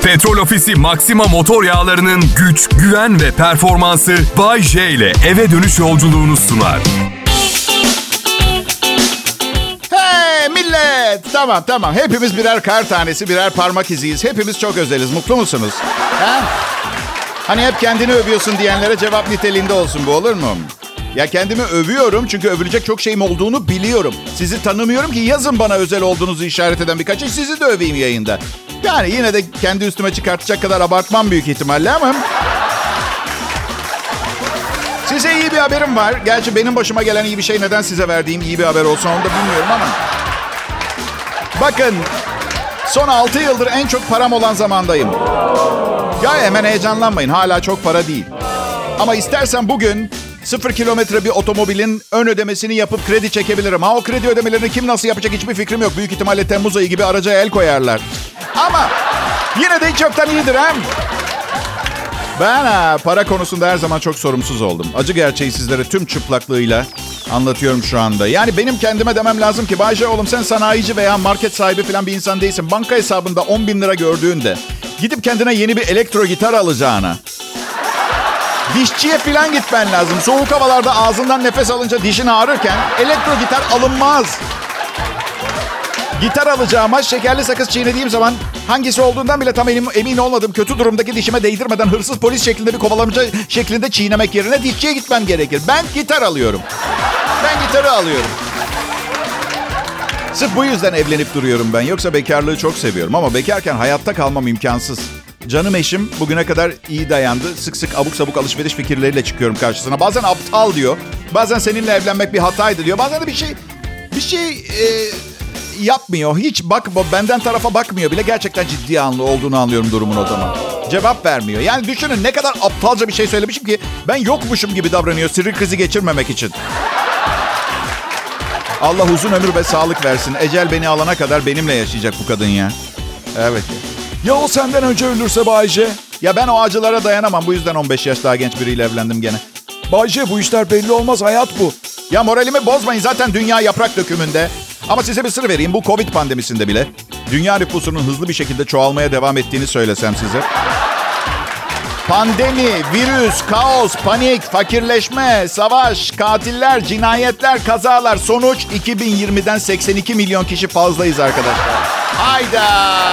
Petrol Ofisi Maxima motor yağlarının güç, güven ve performansı Bay J ile eve dönüş yolculuğunu sunar. Hey millet! Tamam. Hepimiz birer kar tanesi, birer parmak iziyiz. Hepimiz çok özeliz. Mutlu musunuz? Ha? Hani hep kendini övüyorsun diyenlere cevap niteliğinde olsun bu, olur mu? Ya kendimi övüyorum çünkü övülecek çok şeyim olduğunu biliyorum. Sizi tanımıyorum ki yazın bana özel olduğunuzu işaret eden birkaç şey, sizi de öveyim yayında. Yani yine de kendi üstüme çıkartacak kadar abartmam büyük ihtimalle ama... Size iyi bir haberim var. Gerçi benim başıma gelen iyi bir şey neden size verdiğim iyi bir haber olsun onu da bilmiyorum ama... Bakın, son 6 yıldır en çok param olan zamandayım. Ya hemen heyecanlanmayın, hala çok para değil. Ama istersen bugün 0 kilometre bir otomobilin ön ödemesini yapıp kredi çekebilirim. O kredi ödemelerini kim nasıl yapacak hiçbir fikrim yok. Büyük ihtimalle Temmuz ayı gibi araca el koyarlar. Ama yine de hiç yoktan iyidir ha. Ben para konusunda her zaman çok sorumsuz oldum. Acı gerçeği sizlere tüm çıplaklığıyla anlatıyorum şu anda. Yani benim kendime demem lazım ki Bayce oğlum sen sanayici veya market sahibi falan bir insan değilsin. Banka hesabında 10 bin lira gördüğünde gidip kendine yeni bir elektro gitar alacağına dişçiye falan gitmen lazım. Soğuk havalarda ağzından nefes alınca dişin ağrırken elektro gitar alınmaz. Gitar alacağıma şekerli sakız çiğnediğim zaman hangisi olduğundan bile tam emin olmadım. Kötü durumdaki dişime değdirmeden hırsız polis şeklinde bir kovalamacı şeklinde çiğnemek yerine dişçiye gitmem gerekir. Ben gitar alıyorum. Ben gitarı alıyorum. Sırf bu yüzden evlenip duruyorum ben. Yoksa bekarlığı çok seviyorum ama bekarken hayatta kalmam imkansız. Canım eşim bugüne kadar iyi dayandı. Sık sık abuk sabuk alışveriş fikirleriyle çıkıyorum karşısına. Bazen aptal diyor. Bazen seninle evlenmek bir hataydı diyor. Bazen de bir şey yapmıyor. Hiç benden tarafa bakmıyor bile. Gerçekten ciddi olduğunu anlıyorum durumun o zaman. Cevap vermiyor. Yani düşünün ne kadar aptalca bir şey söylemişim ki ben yokmuşum gibi davranıyor sinir krizi geçirmemek için. Allah uzun ömür ve sağlık versin. Ecel beni alana kadar benimle yaşayacak bu kadın ya. Evet. Ya o senden önce ölürse Bayce? Ya ben o acılara dayanamam. Bu yüzden 15 yaş daha genç biriyle evlendim gene. Bayce bu işler belli olmaz. Hayat bu. Ya moralimi bozmayın. Zaten dünya yaprak dökümünde. Ama size bir sır vereyim. Bu Covid pandemisinde bile dünya nüfusunun hızlı bir şekilde çoğalmaya devam ettiğini söylesem size. Pandemi, virüs, kaos, panik, fakirleşme, savaş, katiller, cinayetler, kazalar. Sonuç 2020'den 82 milyon kişi fazlayız arkadaşlar. Hayda!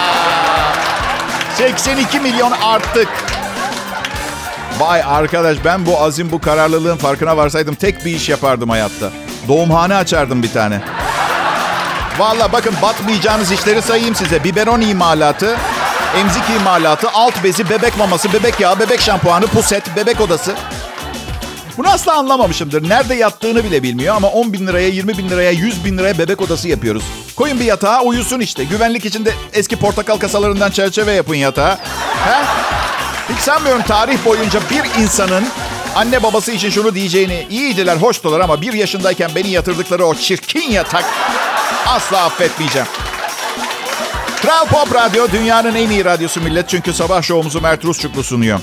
82 milyon arttık. Vay arkadaş ben bu azim, bu kararlılığın farkına varsaydım tek bir iş yapardım hayatta. Doğumhane açardım bir tane. Vallahi bakın batmayacağınız işleri sayayım size. Biberon imalatı, emzik imalatı, alt bezi, bebek maması, bebek yağı, bebek şampuanı, puset, bebek odası. Bunu asla anlamamışımdır. Nerede yattığını bile bilmiyor ama 10 bin liraya, 20 bin liraya, 100 bin liraya bebek odası yapıyoruz. Koyun bir yatağa uyusun işte. Güvenlik için de eski portakal kasalarından çerçeve yapın yatağa. He? Hiç sanmıyorum tarih boyunca bir insanın anne babası için şunu diyeceğini. İyiydiler, hoştular ama 1 yaşındayken beni yatırdıkları o çirkin yatak asla affetmeyeceğim. Kral Pop Radyo dünyanın en iyi radyosu millet. Çünkü sabah şovumuzu Mert Rusçuklu sunuyor.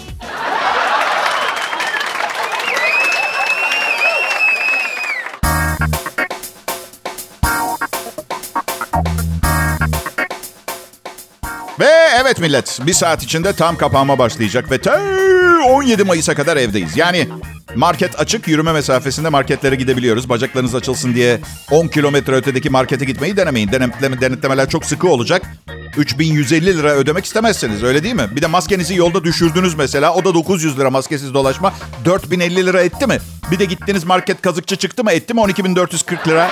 Ve evet millet, bir saat içinde tam kapanma başlayacak ve 17 Mayıs'a kadar evdeyiz. Yani market açık, yürüme mesafesinde marketlere gidebiliyoruz. Bacaklarınız açılsın diye 10 kilometre ötedeki markete gitmeyi denemeyin. Denetlemeler çok sıkı olacak. 3.150 lira ödemek istemezseniz, öyle değil mi? Bir de maskenizi yolda düşürdünüz mesela, o da 900 lira maskesiz dolaşma. 4.050 lira etti mi? Bir de gittiniz market kazıkçı çıktı mı, etti mi 12.440 lira?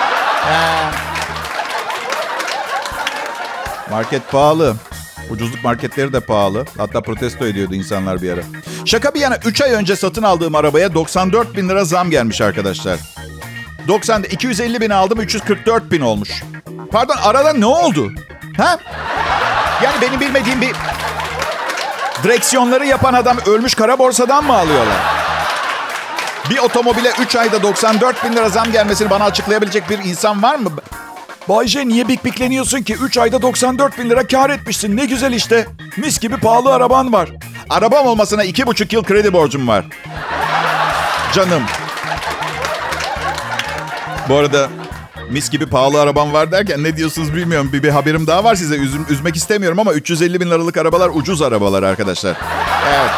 Market pahalı. Ucuzluk marketleri de pahalı. Hatta protesto ediyordu insanlar bir ara. Şaka bir yana 3 ay önce satın aldığım arabaya 94 bin lira zam gelmiş arkadaşlar. 250 bin aldım, 344 bin olmuş. Pardon, arada ne oldu? Ha? Yani benim bilmediğim bir direksiyonları yapan adam ölmüş kara borsadan mı alıyorlar? Bir otomobile 3 ayda 94 bin lira zam gelmesini bana açıklayabilecek bir insan var mı? Bayce niye bikbikleniyorsun ki? 3 ayda 94 bin lira kar etmişsin. Ne güzel işte. Mis gibi pahalı araban var. Arabam olmasına 2,5 yıl kredi borcum var. Canım. Bu arada mis gibi pahalı arabam var derken ne diyorsunuz bilmiyorum. Bir haberim daha var size. Üzmek istemiyorum ama 350 bin liralık arabalar ucuz arabalar arkadaşlar. Evet.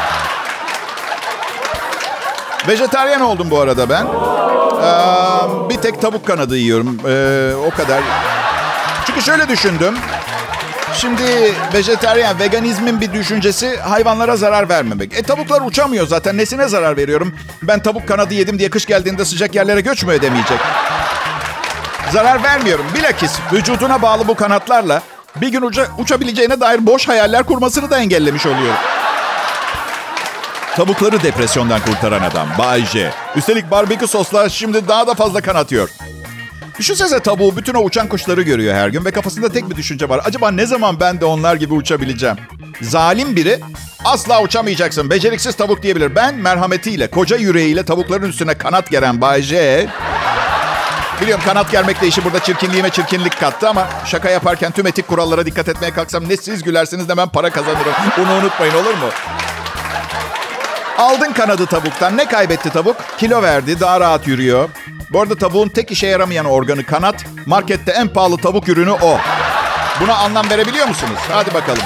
Vejetaryen oldum bu arada ben. Bir tek tavuk kanadı yiyorum. O kadar. Çünkü şöyle düşündüm. Şimdi vejetaryen, veganizmin bir düşüncesi hayvanlara zarar vermemek. Tavuklar uçamıyor zaten. Nesine zarar veriyorum? Ben tavuk kanadı yedim diye kış geldiğinde sıcak yerlere göç mü edemeyecek? Zarar vermiyorum. Bilakis vücuduna bağlı bu kanatlarla bir gün uçabileceğine dair boş hayaller kurmasını da engellemiş oluyorum. Tavukları depresyondan kurtaran adam Bay J. Üstelik barbekü sosla şimdi daha da fazla kanatıyor. Düşünsene tavuğu bütün o uçan kuşları görüyor her gün ve kafasında tek bir düşünce var. Acaba ne zaman ben de onlar gibi uçabileceğim? Zalim biri asla uçamayacaksın, beceriksiz tavuk diyebilir. Ben merhametiyle, koca yüreğiyle tavukların üstüne kanat geren Bay J. Biliyorum kanat germek de işi burada çirkinliğime çirkinlik kattı ama şaka yaparken tüm etik kurallara dikkat etmeye kalksam ne siz gülersiniz ne ben para kazanırım. Bunu unutmayın, olur mu? Aldın kanadı tavuktan. Ne kaybetti tavuk? Kilo verdi, daha rahat yürüyor. Bu arada tavuğun tek işe yaramayan organı kanat. Markette en pahalı tavuk ürünü o. Buna anlam verebiliyor musunuz? Hadi bakalım.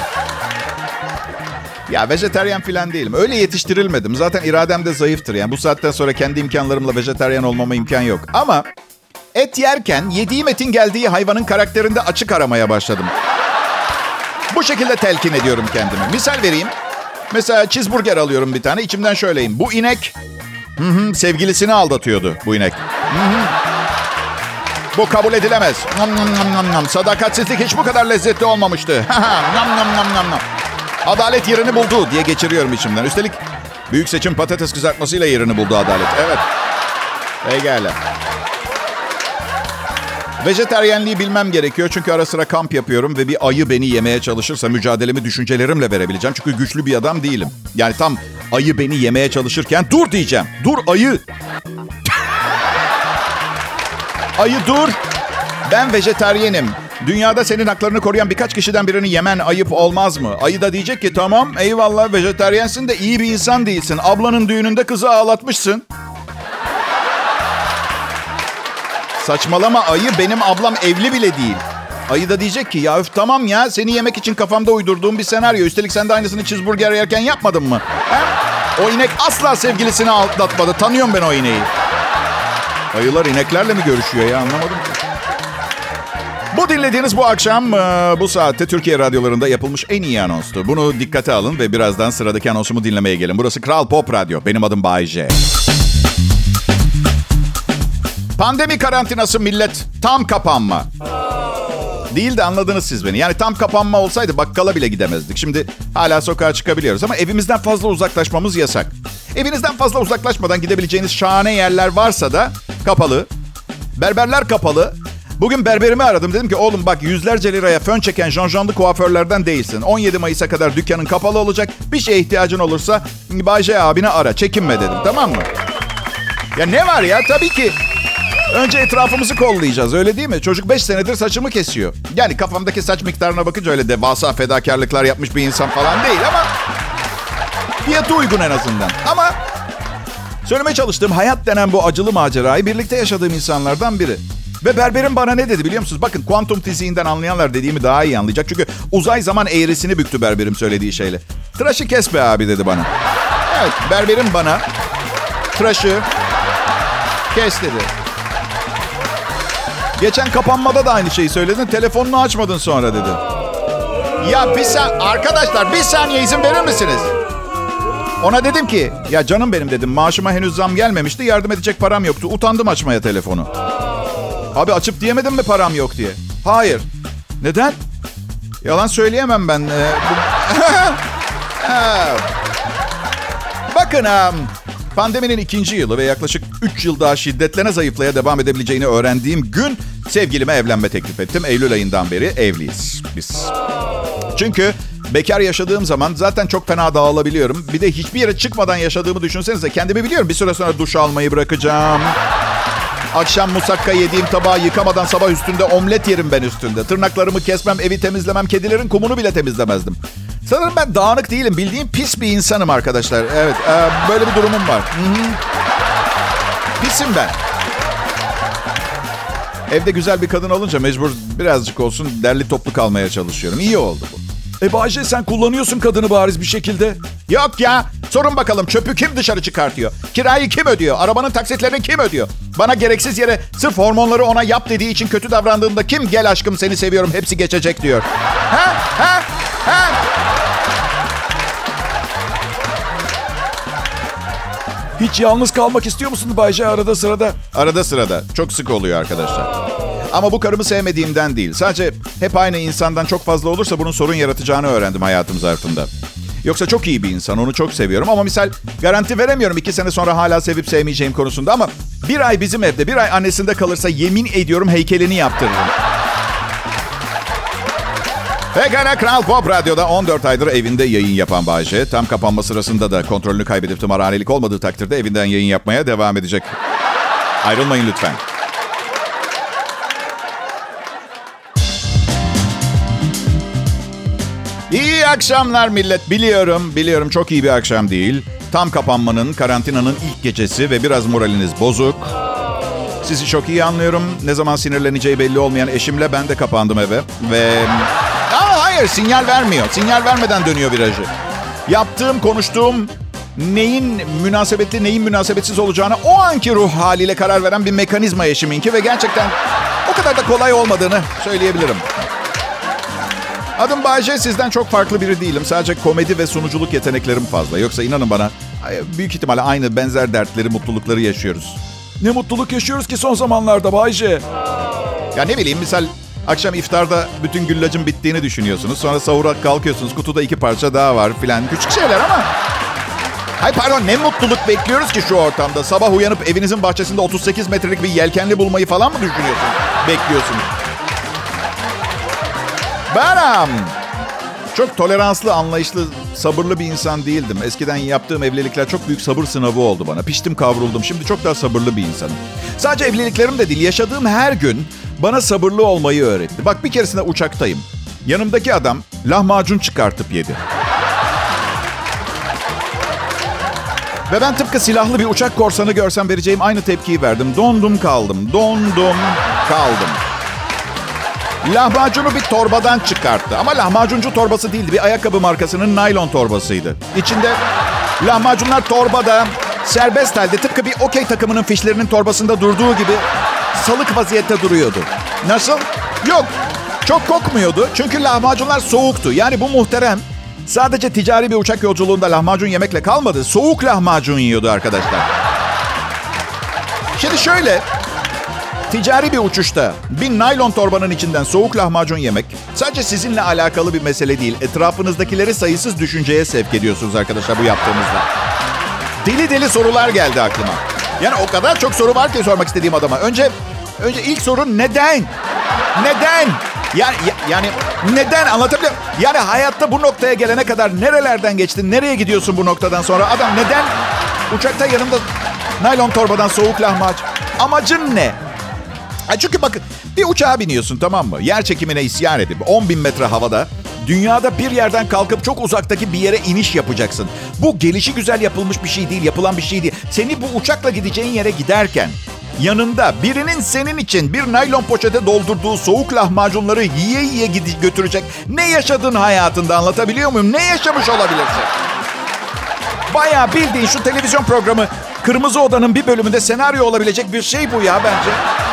Ya vejetaryen falan değilim. Öyle yetiştirilmedim. Zaten iradem de zayıftır. Yani bu saatten sonra kendi imkanlarımla vejetaryen olmama imkan yok. Ama et yerken yediğim etin geldiği hayvanın karakterinde açık aramaya başladım. Bu şekilde telkin ediyorum kendime. Misal vereyim. Mesela cheeseburger alıyorum bir tane. İçimden şöyleyim. Bu inek sevgilisini aldatıyordu bu inek. Bu kabul edilemez. Sadakatsizlik hiç bu kadar lezzetli olmamıştı. Adalet yerini buldu diye geçiriyorum içimden. Üstelik büyük seçim patates kızartmasıyla yerini buldu adalet. Evet. Pekala. Vejetaryenliği bilmem gerekiyor çünkü ara sıra kamp yapıyorum ve bir ayı beni yemeye çalışırsa mücadelemi düşüncelerimle verebileceğim. Çünkü güçlü bir adam değilim. Yani tam ayı beni yemeye çalışırken dur diyeceğim. Dur ayı. Ayı dur. Ben vejetaryenim. Dünyada senin haklarını koruyan birkaç kişiden birini yemen ayıp olmaz mı? Ayı da diyecek ki tamam eyvallah vejetaryensin de iyi bir insan değilsin. Ablanın düğününde kızı ağlatmışsın. Saçmalama ayı, benim ablam evli bile değil. Ayı da diyecek ki ya öf tamam ya seni yemek için kafamda uydurduğum bir senaryo. Üstelik sen de aynısını cheeseburger yerken yapmadın mı? He? O inek asla sevgilisini aldatmadı. Tanıyorum ben o ineği. Ayılar ineklerle mi görüşüyor ya anlamadım ki. Bu dinlediğiniz bu akşam bu saatte Türkiye radyolarında yapılmış en iyi anonstu. Bunu dikkate alın ve birazdan sıradaki anonsumu dinlemeye gelin. Burası Kral Pop Radyo. Benim adım Bay J. Pandemi karantinası millet tam kapanma. Değil de anladınız siz beni. Yani tam kapanma olsaydı bakkala bile gidemezdik. Şimdi hala sokağa çıkabiliyoruz ama evimizden fazla uzaklaşmamız yasak. Evinizden fazla uzaklaşmadan gidebileceğiniz şahane yerler varsa da kapalı. Berberler kapalı. Bugün berberimi aradım. Dedim ki oğlum bak yüzlerce liraya fön çeken jonjonlu kuaförlerden değilsin. 17 Mayıs'a kadar dükkanın kapalı olacak. Bir şeye ihtiyacın olursa Bay J abini ara. Çekinme dedim, tamam mı? Ya ne var ya, tabii ki. Önce etrafımızı kollayacağız, öyle değil mi? Çocuk 5 senedir saçımı kesiyor. Yani kafamdaki saç miktarına bakınca öyle devasa fedakarlıklar yapmış bir insan falan değil ama... fiyatı uygun en azından. Ama söylemeye çalıştığım hayat denen bu acılı macerayı birlikte yaşadığım insanlardan biri. Ve berberim bana ne dedi biliyor musunuz? Bakın kuantum fiziğinden anlayanlar dediğimi daha iyi anlayacak. Çünkü uzay zaman eğrisini büktü berberim söylediği şeyle. Tıraşı kes be abi dedi bana. Evet, berberim bana tıraşı kes dedi. Geçen kapanmada da aynı şeyi söyledin. Telefonunu açmadın sonra dedi. Ya arkadaşlar bir saniye izin verir misiniz? Ona dedim ki ya canım benim dedim. Maaşıma henüz zam gelmemişti. Yardım edecek param yoktu. Utandım açmaya telefonu. Abi açıp diyemedim mi param yok diye? Hayır. Neden? Yalan söyleyemem ben. Bakın pandeminin 2. yılı ve yaklaşık 3 yıl daha şiddetlene zayıflaya devam edebileceğini öğrendiğim gün sevgilime evlenme teklif ettim. Eylül ayından beri evliyiz biz. Çünkü bekar yaşadığım zaman zaten çok fena dağılabiliyorum. Bir de hiçbir yere çıkmadan yaşadığımı düşünsenize. Kendimi biliyorum. Bir süre sonra duş almayı bırakacağım. Akşam musakka yediğim tabağı yıkamadan sabah üstünde omlet yerim ben üstünde. Tırnaklarımı kesmem, evi temizlemem, kedilerin kumunu bile temizlemezdim. Sanırım ben dağınık değilim. Bildiğim pis bir insanım arkadaşlar. Evet, böyle bir durumum var. Hı-hı. Pisim ben. Evde güzel bir kadın olunca mecbur birazcık olsun derli toplu kalmaya çalışıyorum. İyi oldu bu. Bayce sen kullanıyorsun kadını bariz bir şekilde. Yok ya. Sorun bakalım, çöpü kim dışarı çıkartıyor? Kirayı kim ödüyor? Arabanın taksitlerini kim ödüyor? Bana gereksiz yere sırf hormonları ona yap dediği için kötü davrandığında kim gel aşkım seni seviyorum hepsi geçecek diyor. Ha? Ha? Ha? Hiç yalnız kalmak istiyor musun Bayce arada sırada? Arada sırada. Çok sık oluyor arkadaşlar. Ama bu karımı sevmediğimden değil. Sadece hep aynı insandan çok fazla olursa bunun sorun yaratacağını öğrendim hayatım zarfında. Yoksa çok iyi bir insan, onu çok seviyorum. Ama misal garanti veremiyorum 2 sene sonra hala sevip sevmeyeceğim konusunda. Ama bir ay bizim evde, bir ay annesinde kalırsa yemin ediyorum heykelini yaptırırım. Pekala, Kral Pop Radyo'da 14 aydır evinde yayın yapan Bayce. Tam kapanma sırasında da kontrolünü kaybedip tımarhanelik olmadığı takdirde evinden yayın yapmaya devam edecek. Ayrılmayın lütfen. İyi akşamlar millet. Biliyorum çok iyi bir akşam değil. Tam kapanmanın, karantinanın ilk gecesi ve biraz moraliniz bozuk. Sizi çok iyi anlıyorum. Ne zaman sinirleneceği belli olmayan eşimle ben de kapandım eve. Ve... hayır, sinyal vermiyor. Sinyal vermeden dönüyor virajı. Yaptığım, konuştuğum neyin münasebetli, neyin münasebetsiz olacağına o anki ruh haliyle karar veren bir mekanizma eşiminki. Ve gerçekten o kadar da kolay olmadığını söyleyebilirim. Adım Bayce, sizden çok farklı biri değilim. Sadece komedi ve sunuculuk yeteneklerim fazla. Yoksa inanın bana büyük ihtimalle aynı benzer dertleri, mutlulukları yaşıyoruz. Ne mutluluk yaşıyoruz ki son zamanlarda Bayce. Ya ne bileyim, misal akşam iftarda bütün güllacın bittiğini düşünüyorsunuz. Sonra sahura kalkıyorsunuz, kutuda 2 parça daha var filan. Küçük şeyler ama... Hayır pardon, ne mutluluk bekliyoruz ki şu ortamda? Sabah uyanıp evinizin bahçesinde 38 metrelik bir yelkenli bulmayı falan mı düşünüyorsunuz? Bekliyorsunuz. Ben çok toleranslı, anlayışlı, sabırlı bir insan değildim. Eskiden yaptığım evlilikler çok büyük sabır sınavı oldu bana. Piştim kavruldum. Şimdi çok daha sabırlı bir insanım. Sadece evliliklerim de değil, yaşadığım her gün bana sabırlı olmayı öğretti. Bak, bir keresinde uçaktayım. Yanımdaki adam lahmacun çıkartıp yedi. Ve ben tıpkı silahlı bir uçak korsanı görsem vereceğim aynı tepkiyi verdim. Dondum kaldım. Lahmacunu bir torbadan çıkarttı. Ama lahmacuncu torbası değildi. Bir ayakkabı markasının naylon torbasıydı. İçinde lahmacunlar torbada, serbest halde, tıpkı bir okey takımının fişlerinin torbasında durduğu gibi salık vaziyette duruyordu. Nasıl? Yok. Çok kokmuyordu. Çünkü lahmacunlar soğuktu. Yani bu muhterem sadece ticari bir uçak yolculuğunda lahmacun yemekle kalmadı. Soğuk lahmacun yiyordu arkadaşlar. Şimdi şöyle... Ticari bir uçuşta bir naylon torbanın içinden soğuk lahmacun yemek sadece sizinle alakalı bir mesele değil. Etrafınızdakileri sayısız düşünceye sevk ediyorsunuz arkadaşlar bu yaptığınızda. Deli sorular geldi aklıma. Yani o kadar çok soru var ki sormak istediğim adama. Önce ilk soru neden? Neden? Yani neden, anlatabiliyor muyum? Yani hayatta bu noktaya gelene kadar nerelerden geçtin? Nereye gidiyorsun bu noktadan sonra? Adam neden uçakta yanımda naylon torbadan soğuk lahmacun? Amacın ne? Çünkü bakın, bir uçağa biniyorsun, tamam mı? Yer çekimine isyan edip 10.000 metre havada dünyada bir yerden kalkıp çok uzaktaki bir yere iniş yapacaksın. Bu gelişi güzel yapılmış bir şey değil, yapılan bir şey değil. Seni bu uçakla gideceğin yere giderken yanında birinin senin için bir naylon poşete doldurduğu soğuk lahmacunları yiye götürecek. Ne yaşadın hayatında, anlatabiliyor muyum? Ne yaşamış olabilirsin? Bayağı bildiğin şu televizyon programı Kırmızı Oda'nın bir bölümünde senaryo olabilecek bir şey bu ya bence.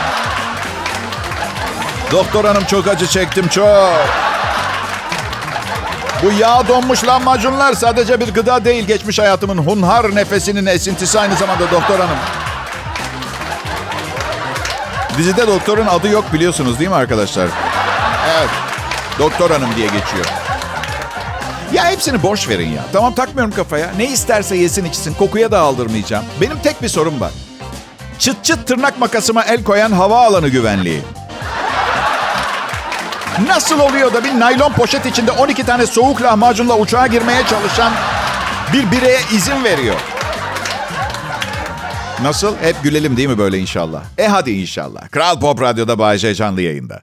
Doktor hanım, çok acı çektim, çok. Bu yağ donmuş lahmacunlar sadece bir gıda değil. Geçmiş hayatımın hunhar nefesinin esintisi aynı zamanda doktor hanım. Dizide doktorun adı yok biliyorsunuz değil mi arkadaşlar? Evet. Doktor hanım diye geçiyor. Ya hepsini boş verin ya. Tamam, takmıyorum kafaya. Ne isterse yesin içsin. Kokuya da aldırmayacağım. Benim tek bir sorum var. Çıt çıt tırnak makasıma el koyan havaalanı güvenliği. Nasıl oluyor da bir naylon poşet içinde 12 tane soğuk lahmacunla uçağa girmeye çalışan bir bireye izin veriyor? Nasıl? Hep gülelim değil mi böyle inşallah? Hadi inşallah. Kral Pop Radyo'da Bayece canlı yayında.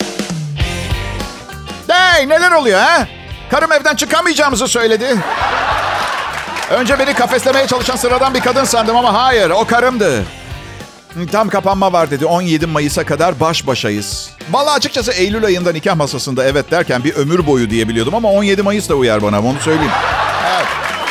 Hey, neler oluyor ha? Karım evden çıkamayacağımızı söyledi. Önce beni kafeslemeye çalışan sıradan bir kadın sandım ama hayır, o karımdı. Tam kapanma var dedi. 17 Mayıs'a kadar baş başayız. Vallahi açıkçası Eylül ayında nikah masasında evet derken bir ömür boyu diye biliyordum ama 17 Mayıs da uyar bana, onu söyleyeyim. Evet.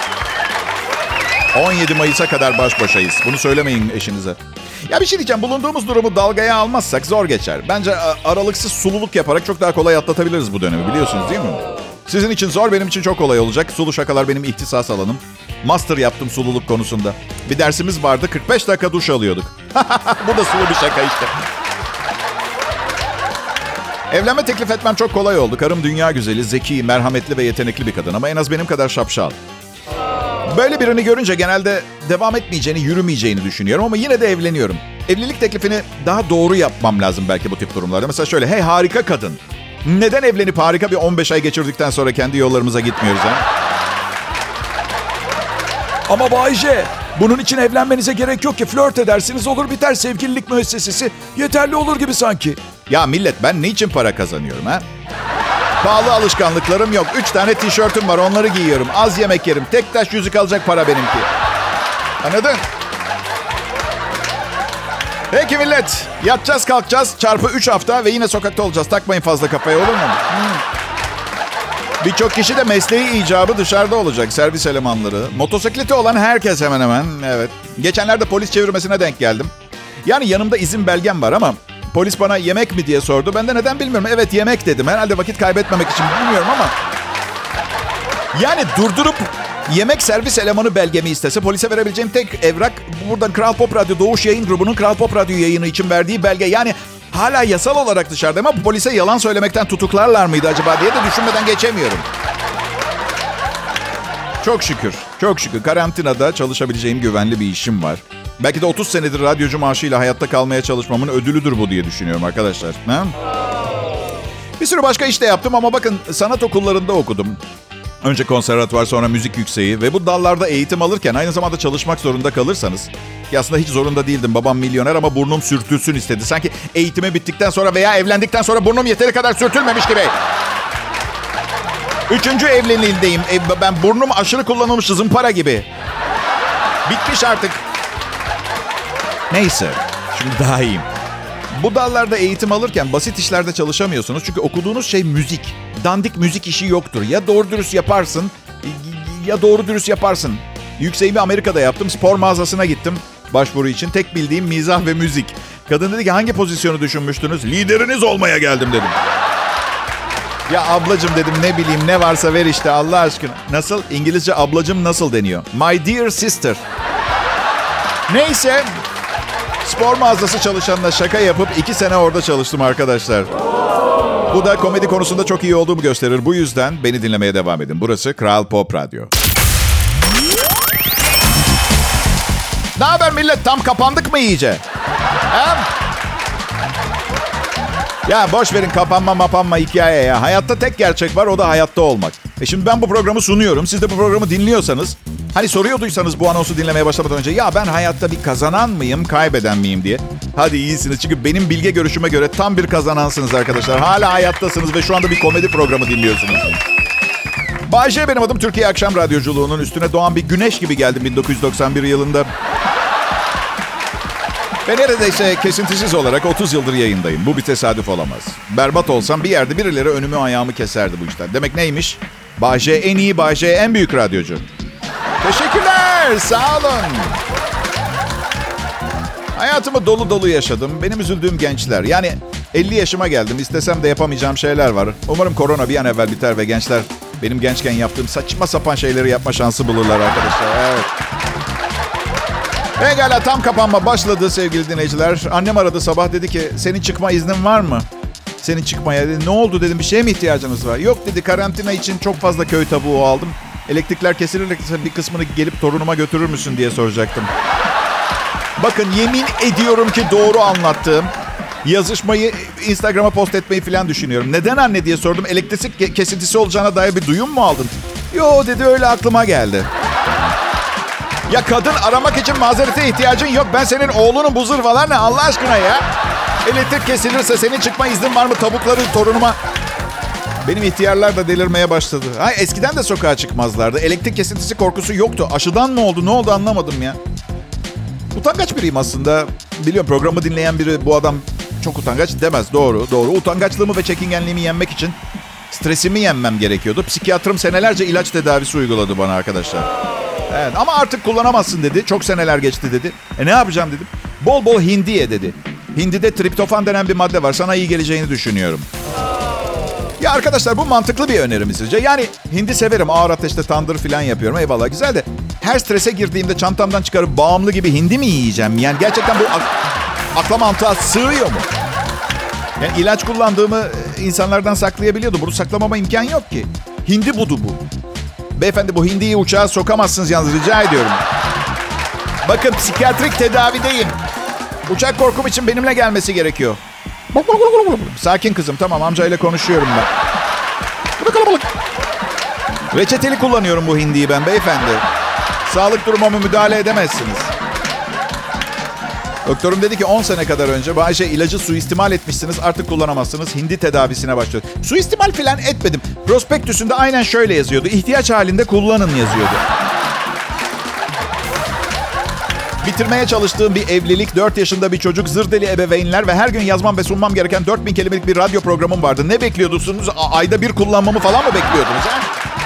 17 Mayıs'a kadar baş başayız. Bunu söylemeyin eşinize. Ya bir şey diyeceğim. Bulunduğumuz durumu dalgaya almazsak zor geçer. Bence aralıksız sululuk yaparak çok daha kolay atlatabiliriz bu dönemi, biliyorsunuz değil mi? Sizin için zor, benim için çok kolay olacak. Sulu şakalar benim ihtisas alanım. Master yaptım sululuk konusunda. Bir dersimiz vardı, 45 dakika duş alıyorduk. Bu da sulu bir şaka işte. Evlenme teklif etmem çok kolay oldu. Karım dünya güzeli, zeki, merhametli ve yetenekli bir kadın ama en az benim kadar şapşal. Böyle birini görünce genelde devam etmeyeceğini, yürümeyeceğini düşünüyorum ama yine de evleniyorum. Evlilik teklifini daha doğru yapmam lazım belki bu tip durumlarda. Mesela şöyle, hey harika kadın. Neden evlenip harika bir 15 ay geçirdikten sonra kendi yollarımıza gitmiyoruz ha? Ama Bay J, bunun için evlenmenize gerek yok ki. Flört edersiniz, olur biter, sevgililik müessesesi yeterli olur gibi sanki. Ya millet, ben ne için para kazanıyorum ha? Pahalı alışkanlıklarım yok. 3 tane tişörtüm var, onları giyiyorum. Az yemek yerim. Tek taş yüzük alacak para benimki. Anladın? Peki millet. Yatacağız kalkacağız. Çarpı 3 hafta ve yine sokakta olacağız. Takmayın fazla kafaya, olur mu? Birçok kişi de mesleği icabı dışarıda olacak. Servis elemanları. Motosikleti olan herkes hemen hemen. Evet. Geçenlerde polis çevirmesine denk geldim. Yani yanımda izin belgem var ama polis bana yemek mi diye sordu. Ben de neden bilmiyorum. Evet yemek dedim. Herhalde vakit kaybetmemek için, bilmiyorum ama. Yani durdurup yemek servis elemanı belgemi istese polise verebileceğim tek evrak buradan Kral Pop Radyo Doğuş Yayın Grubu'nun Kral Pop Radyo yayını için verdiği belge. Yani hala yasal olarak dışarıdayım ama polise yalan söylemekten tutuklarlar mıydı acaba diye de düşünmeden geçemiyorum. Çok şükür, çok şükür. Karantinada çalışabileceğim güvenli bir işim var. Belki de 30 senedir radyocu maaşıyla hayatta kalmaya çalışmamın ödülüdür bu diye düşünüyorum arkadaşlar. Ha? Bir sürü başka iş de yaptım ama bakın sanat okullarında okudum. Önce konservatuvar, sonra müzik yükseği ve bu dallarda eğitim alırken aynı zamanda çalışmak zorunda kalırsanız, ki aslında hiç zorunda değildim. Babam milyoner ama burnum sürtülsün istedi. Sanki eğitimi bittikten sonra veya evlendikten sonra burnum yeteri kadar sürtülmemiş gibi. 3. evliliğindeyim. Ben burnum aşırı kullanılmış zımpara gibi. Bitmiş artık. Neyse, şimdi daha iyiyim. Bu dallarda eğitim alırken basit işlerde çalışamıyorsunuz. Çünkü okuduğunuz şey müzik. Dandik müzik işi yoktur. Ya doğru dürüst yaparsın ya doğru dürüst yaparsın. Yükseğimi Amerika'da yaptım. Spor mağazasına gittim başvuru için. Tek bildiğim mizah ve müzik. Kadın dedi ki hangi pozisyonu düşünmüştünüz? Lideriniz olmaya geldim dedim. Ya ablacım dedim, ne bileyim, ne varsa ver işte Allah aşkına. Nasıl? İngilizce ablacım nasıl deniyor? My dear sister. Neyse. Spor mağazası çalışanına şaka yapıp 2 sene orada çalıştım arkadaşlar. Bu da komedi konusunda çok iyi olduğumu gösterir. Bu yüzden beni dinlemeye devam edin. Burası Kral Pop Radyo. Ne haber millet? Tam kapandık mı iyice? Ha? Ya boş verin kapanma hikaye ya. Hayatta tek gerçek var, o da hayatta olmak. Şimdi ben bu programı sunuyorum. Siz de bu programı dinliyorsanız, hani soruyorduysanız bu anonsu dinlemeye başlamadan önce, ya ben hayatta bir kazanan mıyım, kaybeden miyim diye. Hadi iyisiniz çünkü benim bilge görüşüme göre tam bir kazanansınız arkadaşlar. Hala hayattasınız ve şu anda bir komedi programı dinliyorsunuz. Bay J benim adım. Türkiye Akşam Radyoculuğu'nun üstüne doğan bir güneş gibi geldim 1991 yılında. Ve neredeyse kesintisiz olarak 30 yıldır yayındayım. Bu bir tesadüf olamaz. Berbat olsam bir yerde birileri önümü ayağımı keserdi bu işten. Demek neymiş? Bay J en iyi, Bay J en büyük radyocu. Teşekkürler, sağ olun. Hayatımı dolu dolu yaşadım. Benim üzüldüğüm gençler. Yani 50 yaşıma geldim. İstesem de yapamayacağım şeyler var. Umarım korona bir an evvel biter ve gençler benim gençken yaptığım saçma sapan şeyleri yapma şansı bulurlar arkadaşlar. Evet. Pekala, tam kapanma başladı sevgili dinleyiciler. Annem aradı sabah, dedi ki senin çıkma iznin var mı? Senin çıkmaya dedi. Ne oldu dedim, bir şeye mi ihtiyacınız var? Yok dedi, karantina için çok fazla köy tavuğu aldım. Elektrikler kesilirse bir kısmını gelip torunuma götürür müsün diye soracaktım. Bakın yemin ediyorum ki doğru anlattığım. Yazışmayı Instagram'a post etmeyi falan düşünüyorum. Neden anne diye sordum. Elektrik kesintisi olacağına dair bir duyum mu aldın? Yo dedi, öyle aklıma geldi. Ya kadın aramak için mazerete ihtiyacın yok. Ben senin oğlunun bu zırvalar ne Allah aşkına ya? Elektrik kesilirse senin çıkma iznin var mı? Tavukları torunuma... Benim ihtiyarlar da delirmeye başladı. Eskiden de sokağa çıkmazlardı. Elektrik kesintisi korkusu yoktu. Aşıdan mı oldu, ne oldu anlamadım ya. Utangaç biriyim aslında. biliyorum programı dinleyen biri bu adam çok utangaç demez. Doğru. Utangaçlığımı ve çekingenliğimi yenmek için stresimi yenmem gerekiyordu. Psikiyatrım senelerce ilaç tedavisi uyguladı bana arkadaşlar. Evet, ama artık kullanamazsın dedi. Çok seneler geçti dedi. Ne yapacağım dedim. Bol bol hindi ye dedi. Hindide triptofan denen bir madde var. Sana iyi geleceğini düşünüyorum. Ya arkadaşlar, bu mantıklı bir öneri mi sizce? Yani hindi severim. Ağır ateşte tandır falan yapıyorum. Eyvallah, güzel de her strese girdiğimde çantamdan çıkarıp bağımlı gibi hindi mi yiyeceğim? Yani gerçekten bu akla mantığa sığıyor mu? Yani ilaç kullandığımı insanlardan saklayabiliyordum. Bunu saklamama imkan yok ki. Hindi budu bu. Beyefendi, bu hindiyi uçağa sokamazsınız yalnız, rica ediyorum. Bakın, psikiyatrik tedavideyim. Uçak korkum için benimle gelmesi gerekiyor. Sakin kızım, tamam, amcayla konuşuyorum ben. Reçeteli kullanıyorum bu hindiyi ben beyefendi. Sağlık durumuma müdahale edemezsiniz. Doktorum dedi ki 10 sene kadar önce Bayşe ilacı suistimal etmişsiniz, artık kullanamazsınız. Hindi tedavisine başladı. Suistimal falan etmedim. Prospektüsünde aynen şöyle yazıyordu. İhtiyaç halinde kullanın yazıyordu. Bitirmeye çalıştığım bir evlilik, 4 yaşında bir çocuk, zırdeli ebeveynler ve her gün yazmam ve sunmam gereken 4000 kelimelik bir radyo programım vardı. Ne bekliyordunuz? Ayda bir kullanmamı falan mı bekliyordunuz? He?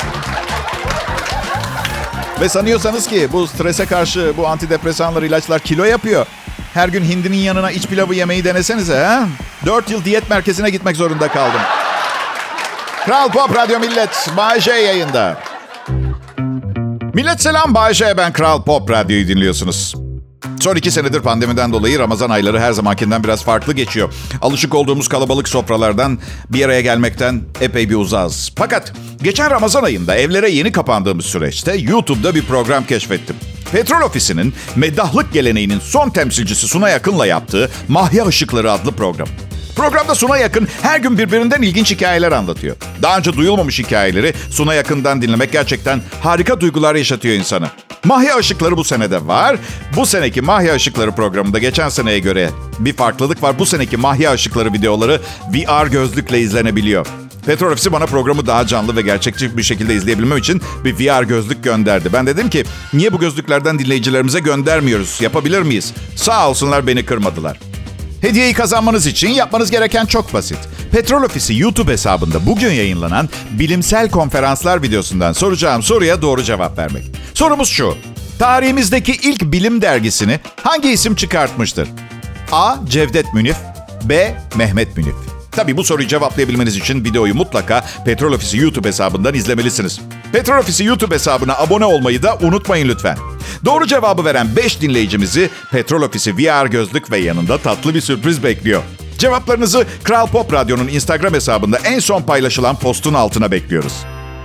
Ve sanıyorsanız ki bu strese karşı bu antidepresanlar, ilaçlar kilo yapıyor. Her gün hindinin yanına iç pilavı yemeyi denesenize. He? 4 yıl diyet merkezine gitmek zorunda kaldım. Kral Pop Radyo Millet, Bay J yayında. Millet selam, Bay J, ben Kral Pop Radyo'yu dinliyorsunuz. Son 2 senedir pandemiden dolayı Ramazan ayları her zamankinden biraz farklı geçiyor. Alışık olduğumuz kalabalık sofralardan bir araya gelmekten epey bir uzağız. Fakat geçen Ramazan ayında evlere yeni kapandığımız süreçte YouTube'da bir program keşfettim. Petrol Ofisi'nin meddahlık geleneğinin son temsilcisi Sunay Akın'la yaptığı Mahya Işıkları adlı program. Programda Sunay Akın her gün birbirinden ilginç hikayeler anlatıyor. Daha önce duyulmamış hikayeleri Sunay Akın'dan dinlemek gerçekten harika duygular yaşatıyor insanı. Mahya Işıkları bu sene de var. Bu seneki Mahya Işıkları programında geçen seneye göre bir farklılık var. Bu seneki Mahya Işıkları videoları VR gözlükle izlenebiliyor. Petrol Ofisi bana programı daha canlı ve gerçekçi bir şekilde izleyebilmem için bir VR gözlük gönderdi. Ben dedim ki niye bu gözlüklerden dinleyicilerimize göndermiyoruz? Yapabilir miyiz? Sağ olsunlar, beni kırmadılar. Hediyeyi kazanmanız için yapmanız gereken çok basit. Petrol Ofisi YouTube hesabında bugün yayınlanan bilimsel konferanslar videosundan soracağım soruya doğru cevap vermek. Sorumuz şu: tarihimizdeki ilk bilim dergisini hangi isim çıkartmıştır? A. Cevdet Münif, B. Mehmet Münif. Tabii bu soruyu cevaplayabilmeniz için videoyu mutlaka Petrol Ofisi YouTube hesabından izlemelisiniz. Petrol Ofisi YouTube hesabına abone olmayı da unutmayın lütfen. Doğru cevabı veren 5 dinleyicimizi Petrol Ofisi VR gözlük ve yanında tatlı bir sürpriz bekliyor. Cevaplarınızı Kral Pop Radyo'nun Instagram hesabında en son paylaşılan postun altına bekliyoruz.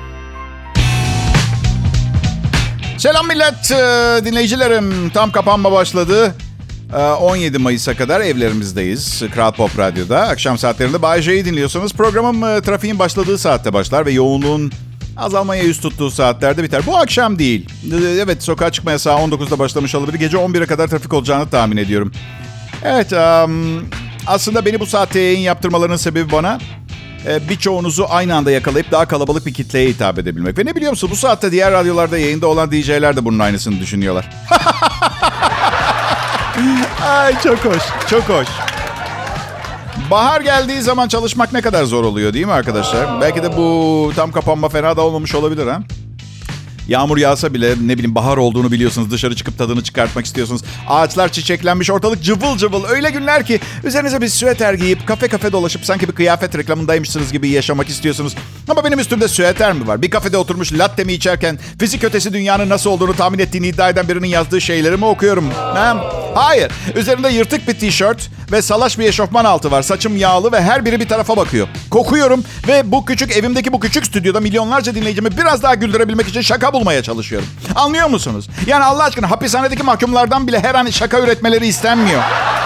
Selam millet, dinleyicilerim. Tam kapanma başladı. 17 Mayıs'a kadar evlerimizdeyiz. Kral Pop Radyo'da. Akşam saatlerinde Bay J'yi dinliyorsanız programım trafiğin başladığı saatte başlar ve yoğunluğun azalmaya yüz tuttuğu saatlerde biter. Bu akşam değil. Evet, sokağa çıkma yasağı 19'da başlamış olabilir. Gece 11'e kadar trafik olacağını tahmin ediyorum. Evet, aslında beni bu saatte yayın yaptırmalarının sebebi bana birçoğunuzu aynı anda yakalayıp daha kalabalık bir kitleye hitap edebilmek. Ve ne biliyor musun? Bu saatte diğer radyolarda yayında olan DJ'ler de bunun aynısını düşünüyorlar. Ay, çok hoş, çok hoş. Bahar geldiği zaman çalışmak ne kadar zor oluyor değil mi arkadaşlar? Belki de bu tam kapanma fena da olmamış olabilir ha? Yağmur yağsa bile ne bileyim bahar olduğunu biliyorsunuz. Dışarı çıkıp tadını çıkartmak istiyorsunuz. Ağaçlar çiçeklenmiş, ortalık cıvıl cıvıl. Öyle günler ki üzerinize bir süveter giyip kafe dolaşıp sanki bir kıyafet reklamındaymışsınız gibi yaşamak istiyorsunuz. Ama benim üstümde süveter mi var? Bir kafede oturmuş latte mi içerken fizik ötesi dünyanın nasıl olduğunu tahmin ettiğini iddia eden birinin yazdığı şeyleri mi okuyorum? Hayır. Üzerinde yırtık bir tişört ve salaş bir eşofman altı var. Saçım yağlı ve her biri bir tarafa bakıyor. Kokuyorum ve bu küçük evimdeki bu küçük stüdyoda milyonlarca dinleyicimi biraz daha güldürebilmek için şaka bulmaya çalışıyorum. Anlıyor musunuz? Yani Allah aşkına hapishanedeki mahkumlardan bile her an şaka üretmeleri istenmiyor.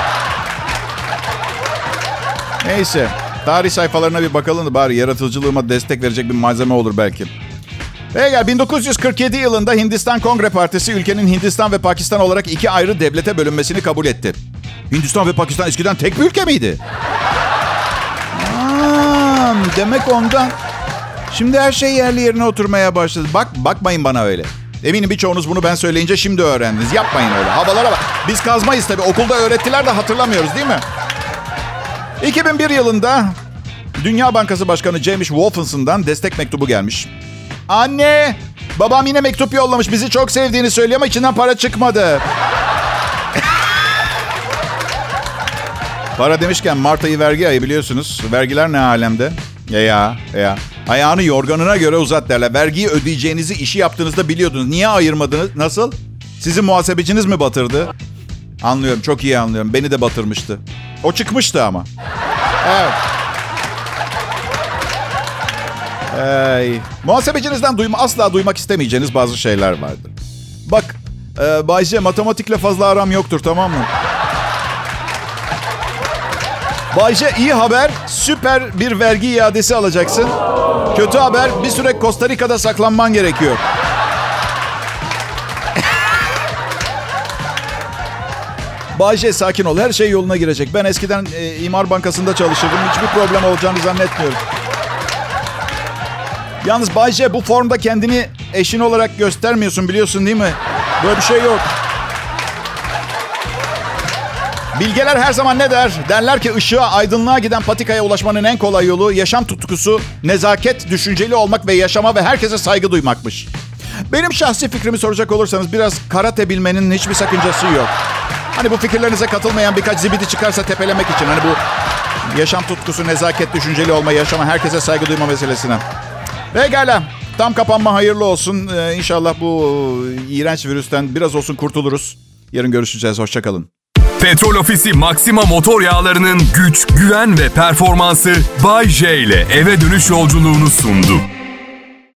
Neyse. Tarih sayfalarına bir bakalım da bari yaratıcılığıma destek verecek bir malzeme olur belki. Gel, 1947 yılında Hindistan Kongre Partisi ülkenin Hindistan ve Pakistan olarak 2 ayrı devlete bölünmesini kabul etti. Hindistan ve Pakistan eskiden tek bir ülke miydi? Demek ondan. Şimdi her şey yerli yerine oturmaya başladı. Bakmayın bana öyle. Eminim birçoğunuz bunu ben söyleyince şimdi öğrendiniz. Yapmayın öyle. Havalara bak. Biz kazmayız tabii. Okulda öğrettiler de hatırlamıyoruz değil mi? 2001 yılında Dünya Bankası Başkanı James Wolfenson'dan destek mektubu gelmiş. Anne, babam yine mektup yollamış. Bizi çok sevdiğini söylüyor ama içinden para çıkmadı. Para demişken Mart ayı vergi ayı biliyorsunuz. Vergiler ne alemde? Ya. Ayağını yorganına göre uzat derler. Vergiyi ödeyeceğinizi işi yaptığınızda biliyordunuz. Niye ayırmadınız? Nasıl? Sizin muhasebeciniz mi batırdı? Anlıyorum, çok iyi anlıyorum. Beni de batırmıştı. O çıkmıştı ama. Evet. Muhasebecinizden asla duymak istemeyeceğiniz bazı şeyler vardır. Bak, Bay J, matematikle fazla aram yoktur, tamam mı? Bay J, iyi haber, süper bir vergi iadesi alacaksın. Kötü haber, bir süre Costa Rica'da saklanman gerekiyor. Bay J, sakin ol, her şey yoluna girecek. Ben eskiden İmar Bankası'nda çalışırdım. Hiçbir problem olacağını zannetmiyorum. Yalnız Bay J, bu formda kendini eşin olarak göstermiyorsun, biliyorsun değil mi? Böyle bir şey yok. Bilgeler her zaman ne der? Derler ki ışığa, aydınlığa giden patikaya ulaşmanın en kolay yolu yaşam tutkusu, nezaket, düşünceli olmak ve yaşama ve herkese saygı duymakmış. Benim şahsi fikrimi soracak olursanız biraz karate bilmenin hiçbir sakıncası yok. Hani bu fikirlerinize katılmayan birkaç zibidi çıkarsa tepelemek için. Hani bu yaşam tutkusu, nezaket, düşünceli olma, yaşama, herkese saygı duyma meselesine. Pekala. Tam kapanma hayırlı olsun. İnşallah bu iğrenç virüsten biraz olsun kurtuluruz. Yarın görüşeceğiz. Hoşça kalın. Petrol Ofisi Maxima motor yağlarının güç, güven ve performansı Bay J ile eve dönüş yolculuğunu sundu.